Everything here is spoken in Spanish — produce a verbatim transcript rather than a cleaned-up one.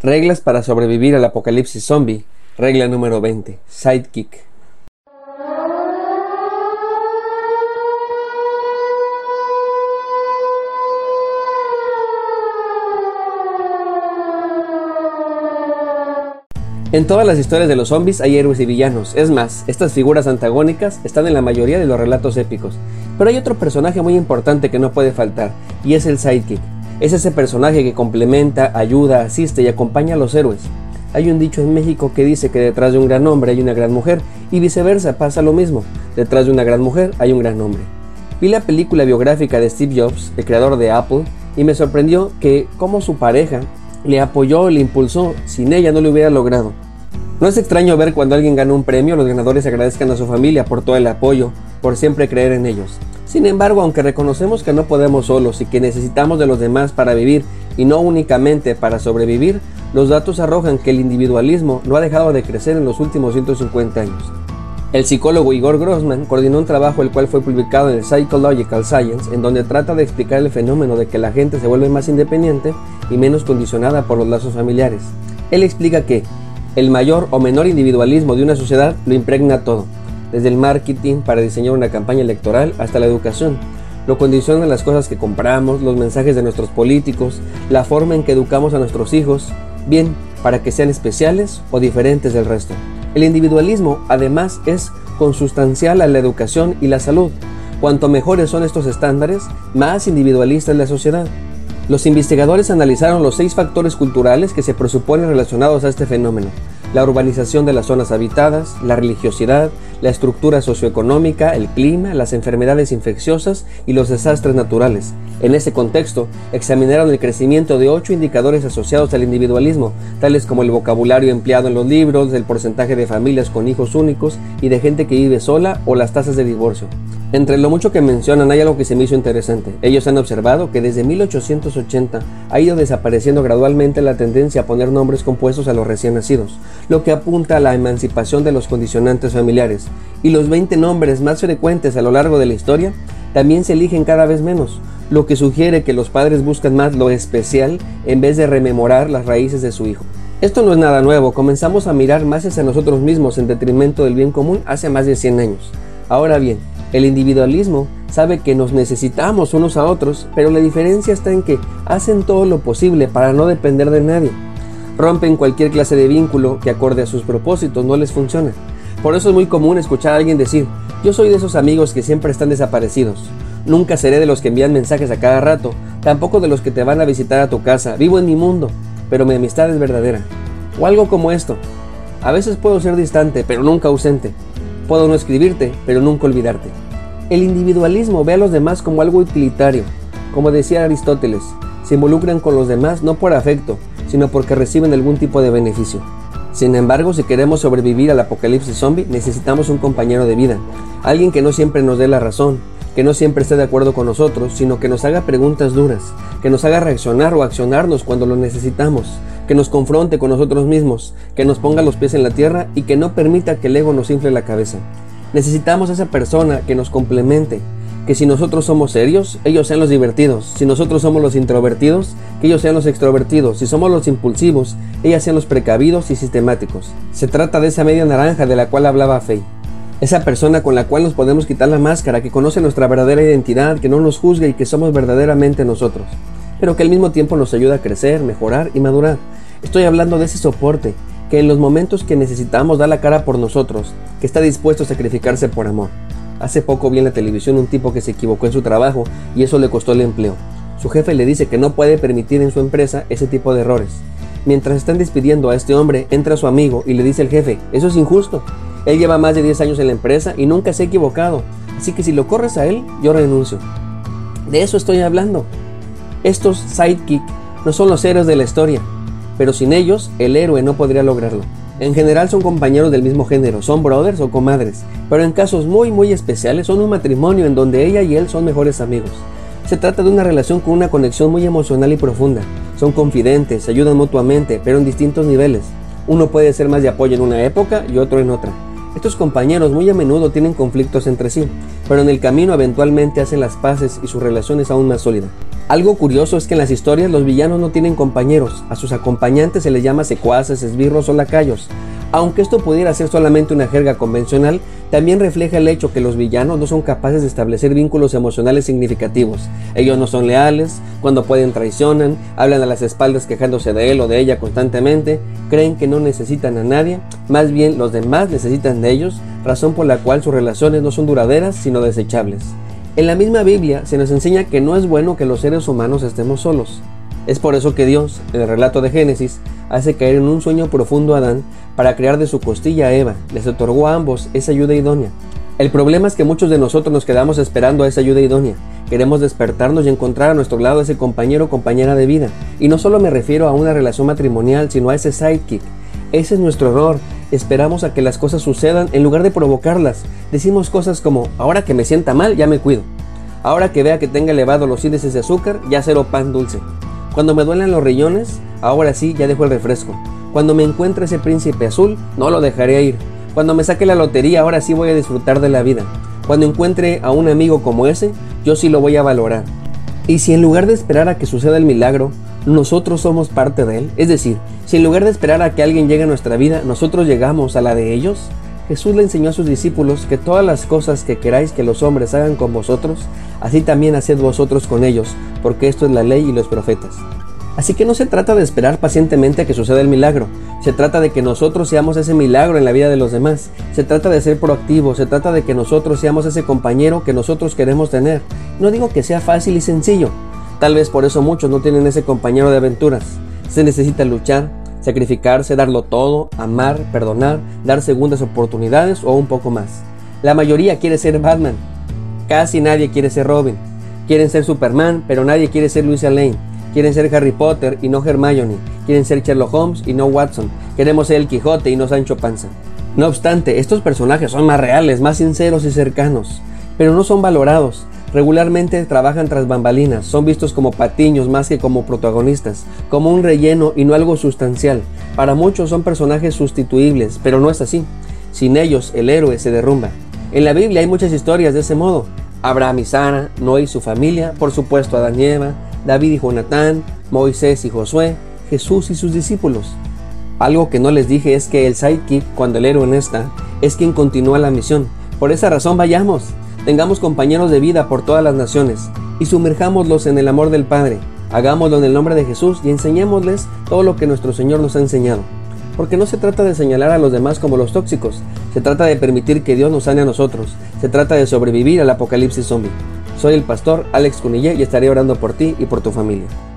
Reglas para sobrevivir al apocalipsis zombie. Regla número veinte. Sidekick. En todas las historias de los zombies hay héroes y villanos. Es más, estas figuras antagónicas están en la mayoría de los relatos épicos. Pero hay otro personaje muy importante que no puede faltar, y es el sidekick. Es ese personaje que complementa, ayuda, asiste y acompaña a los héroes. Hay un dicho en México que dice que detrás de un gran hombre hay una gran mujer, y viceversa, pasa lo mismo. Detrás de una gran mujer hay un gran hombre. Vi la película biográfica de Steve Jobs, el creador de Apple, y me sorprendió que como su pareja le apoyó, le impulsó, sin ella no lo hubiera logrado. No es extraño ver cuando alguien gana un premio, los ganadores agradezcan a su familia por todo el apoyo, por siempre creer en ellos. Sin embargo, aunque reconocemos que no podemos solos y que necesitamos de los demás para vivir y no únicamente para sobrevivir, los datos arrojan que el individualismo no ha dejado de crecer en los últimos ciento cincuenta años. El psicólogo Igor Grossman coordinó un trabajo el cual fue publicado en el Psychological Science, en donde trata de explicar el fenómeno de que la gente se vuelve más independiente y menos condicionada por los lazos familiares. Él explica que el mayor o menor individualismo de una sociedad lo impregna todo, desde el marketing para diseñar una campaña electoral hasta la educación. Lo condicionan las cosas que compramos, los mensajes de nuestros políticos, la forma en que educamos a nuestros hijos, bien para que sean especiales o diferentes del resto. El individualismo, además, es consustancial a la educación y la salud. Cuanto mejores son estos estándares, más individualista es la sociedad. Los investigadores analizaron los seis factores culturales que se presuponen relacionados a este fenómeno: la urbanización de las zonas habitadas, la religiosidad, la estructura socioeconómica, el clima, las enfermedades infecciosas y los desastres naturales. En ese contexto, examinaron el crecimiento de ocho indicadores asociados al individualismo, tales como el vocabulario empleado en los libros, el porcentaje de familias con hijos únicos y de gente que vive sola o las tasas de divorcio. Entre lo mucho que mencionan hay algo que se me hizo interesante. Ellos han observado que desde mil ochocientos ochenta ha ido desapareciendo gradualmente la tendencia a poner nombres compuestos a los recién nacidos, lo que apunta a la emancipación de los condicionantes familiares. Y los veinte nombres más frecuentes a lo largo de la historia también se eligen cada vez menos, lo que sugiere que los padres buscan más lo especial en vez de rememorar las raíces de su hijo. Esto no es nada nuevo, comenzamos a mirar más hacia nosotros mismos en detrimento del bien común hace más de cien años. Ahora bien, el individualismo sabe que nos necesitamos unos a otros, pero la diferencia está en que hacen todo lo posible para no depender de nadie. Rompen cualquier clase de vínculo que acorde a sus propósitos, no les funciona. Por eso es muy común escuchar a alguien decir: yo soy de esos amigos que siempre están desaparecidos. Nunca seré de los que envían mensajes a cada rato, tampoco de los que te van a visitar a tu casa. Vivo en mi mundo, pero mi amistad es verdadera. O algo como esto: a veces puedo ser distante, pero nunca ausente. Puedo no escribirte, pero nunca olvidarte. El individualismo ve a los demás como algo utilitario. Como decía Aristóteles, se involucran con los demás no por afecto, sino porque reciben algún tipo de beneficio. Sin embargo, si queremos sobrevivir al apocalipsis zombie, necesitamos un compañero de vida, alguien que no siempre nos dé la razón, que no siempre esté de acuerdo con nosotros, sino que nos haga preguntas duras, que nos haga reaccionar o accionarnos cuando lo necesitamos, que nos confronte con nosotros mismos, que nos ponga los pies en la tierra y que no permita que el ego nos infle la cabeza. Necesitamos a esa persona que nos complemente, que si nosotros somos serios, ellos sean los divertidos; si nosotros somos los introvertidos, que ellos sean los extrovertidos; si somos los impulsivos, ellas sean los precavidos y sistemáticos. Se trata de esa media naranja de la cual hablaba Faye. Esa persona con la cual nos podemos quitar la máscara, que conoce nuestra verdadera identidad, que no nos juzga y que somos verdaderamente nosotros, pero que al mismo tiempo nos ayuda a crecer, mejorar y madurar. Estoy hablando de ese soporte que en los momentos que necesitamos da la cara por nosotros, que está dispuesto a sacrificarse por amor. Hace poco vi en la televisión un tipo que se equivocó en su trabajo y eso le costó el empleo. Su jefe le dice que no puede permitir en su empresa ese tipo de errores. Mientras están despidiendo a este hombre, entra su amigo y le dice al jefe: eso es injusto. Él lleva más de diez años en la empresa y nunca se ha equivocado, así que si lo corres a él, yo renuncio. De eso estoy hablando. Estos sidekick no son los héroes de la historia, pero sin ellos, el héroe no podría lograrlo. En general son compañeros del mismo género, son brothers o comadres, pero en casos muy muy especiales son un matrimonio en donde ella y él son mejores amigos. Se trata de una relación con una conexión muy emocional y profunda. Son confidentes, se ayudan mutuamente, pero en distintos niveles. Uno puede ser más de apoyo en una época y otro en otra. Estos compañeros muy a menudo tienen conflictos entre sí, pero en el camino eventualmente hacen las paces y su relación es aún más sólida. Algo curioso es que en las historias los villanos no tienen compañeros, a sus acompañantes se les llama secuaces, esbirros o lacayos. Aunque esto pudiera ser solamente una jerga convencional, también refleja el hecho que los villanos no son capaces de establecer vínculos emocionales significativos. Ellos no son leales, cuando pueden traicionan, hablan a las espaldas quejándose de él o de ella constantemente, creen que no necesitan a nadie, más bien los demás necesitan de ellos, razón por la cual sus relaciones no son duraderas sino desechables. En la misma Biblia se nos enseña que no es bueno que los seres humanos estemos solos. Es por eso que Dios, en el relato de Génesis, hace caer en un sueño profundo a Adán para crear de su costilla a Eva. Les otorgó a ambos esa ayuda idónea. El problema es que muchos de nosotros nos quedamos esperando a esa ayuda idónea. Queremos despertarnos y encontrar a nuestro lado ese compañero o compañera de vida. Y no solo me refiero a una relación matrimonial, sino a ese sidekick. Ese es nuestro error. Esperamos a que las cosas sucedan en lugar de provocarlas. Decimos cosas como, ahora que me sienta mal, ya me cuido. Ahora que vea que tenga elevado los índices de azúcar, ya cero pan dulce. Cuando me duelen los riñones, ahora sí, ya dejo el refresco. Cuando me encuentre ese príncipe azul, no lo dejaré ir. Cuando me saque la lotería, ahora sí voy a disfrutar de la vida. Cuando encuentre a un amigo como ese, yo sí lo voy a valorar. Y si en lugar de esperar a que suceda el milagro, nosotros somos parte de él, es decir, si en lugar de esperar a que alguien llegue a nuestra vida, nosotros llegamos a la de ellos, Jesús le enseñó a sus discípulos que todas las cosas que queráis que los hombres hagan con vosotros, así también haced vosotros con ellos, porque esto es la ley y los profetas. Así que no se trata de esperar pacientemente a que suceda el milagro, se trata de que nosotros seamos ese milagro en la vida de los demás, se trata de ser proactivos, se trata de que nosotros seamos ese compañero que nosotros queremos tener. No digo que sea fácil y sencillo, tal vez por eso muchos no tienen ese compañero de aventuras. Se necesita luchar, sacrificarse, darlo todo, amar, perdonar, dar segundas oportunidades o un poco más. La mayoría quiere ser Batman, casi nadie quiere ser Robin, quieren ser Superman, pero nadie quiere ser Luisa Lane. Quieren ser Harry Potter y no Hermione. Quieren ser Sherlock Holmes y no Watson. Queremos ser el Quijote y no Sancho Panza. No obstante, estos personajes son más reales, más sinceros y cercanos, pero no son valorados. Regularmente trabajan tras bambalinas, son vistos como patiños más que como protagonistas, como un relleno y no algo sustancial. Para muchos son personajes sustituibles, pero no es así. Sin ellos, el héroe se derrumba. En la Biblia hay muchas historias de ese modo. Abraham y Sara, Noé y su familia, por supuesto Adán y Eva, David y Jonatán, Moisés y Josué, Jesús y sus discípulos. Algo que no les dije es que el sidekick, cuando el héroe no está, es quien continúa la misión. Por esa razón vayamos, tengamos compañeros de vida por todas las naciones y sumerjámoslos en el amor del Padre. Hagámoslo en el nombre de Jesús y enseñémosles todo lo que nuestro Señor nos ha enseñado. Porque no se trata de señalar a los demás como los tóxicos, se trata de permitir que Dios nos sane a nosotros, se trata de sobrevivir al apocalipsis zombie. Soy el pastor Alex Cunillé y estaré orando por ti y por tu familia.